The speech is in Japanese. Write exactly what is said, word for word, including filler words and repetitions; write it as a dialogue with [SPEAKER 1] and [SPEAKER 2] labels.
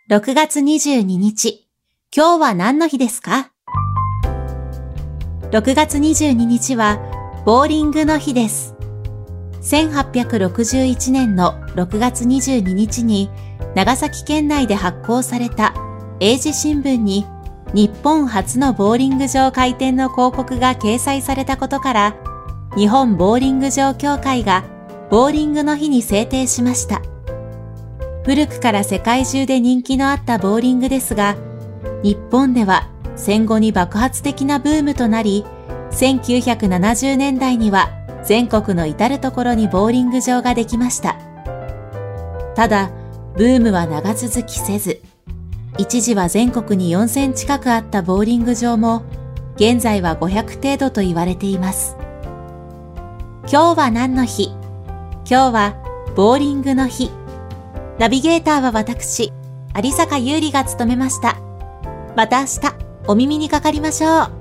[SPEAKER 1] ろくがつにじゅうににち、今日は何の日ですか？ろくがつにじゅうににちはボーリングの日です。せんはっぴゃくろくじゅういちねんのろくがつにじゅうににちに長崎県内で発行された英字新聞に日本初のボーリング場開店の広告が掲載されたことから、日本ボーリング場協会がボーリングの日に制定しました。古くから世界中で人気のあったボーリングですが、日本では戦後に爆発的なブームとなり、せんきゅうひゃくななじゅうねんだいには全国の至るところにボーリング場ができました。ただ、ブームは長続きせず、一時は全国によんせん近くあったボーリング場も、現在はごひゃく程度と言われています。今日は何の日？今日はボーリングの日。ナビゲーターは私、有坂優里が務めました。また明日、お耳にかかりましょう。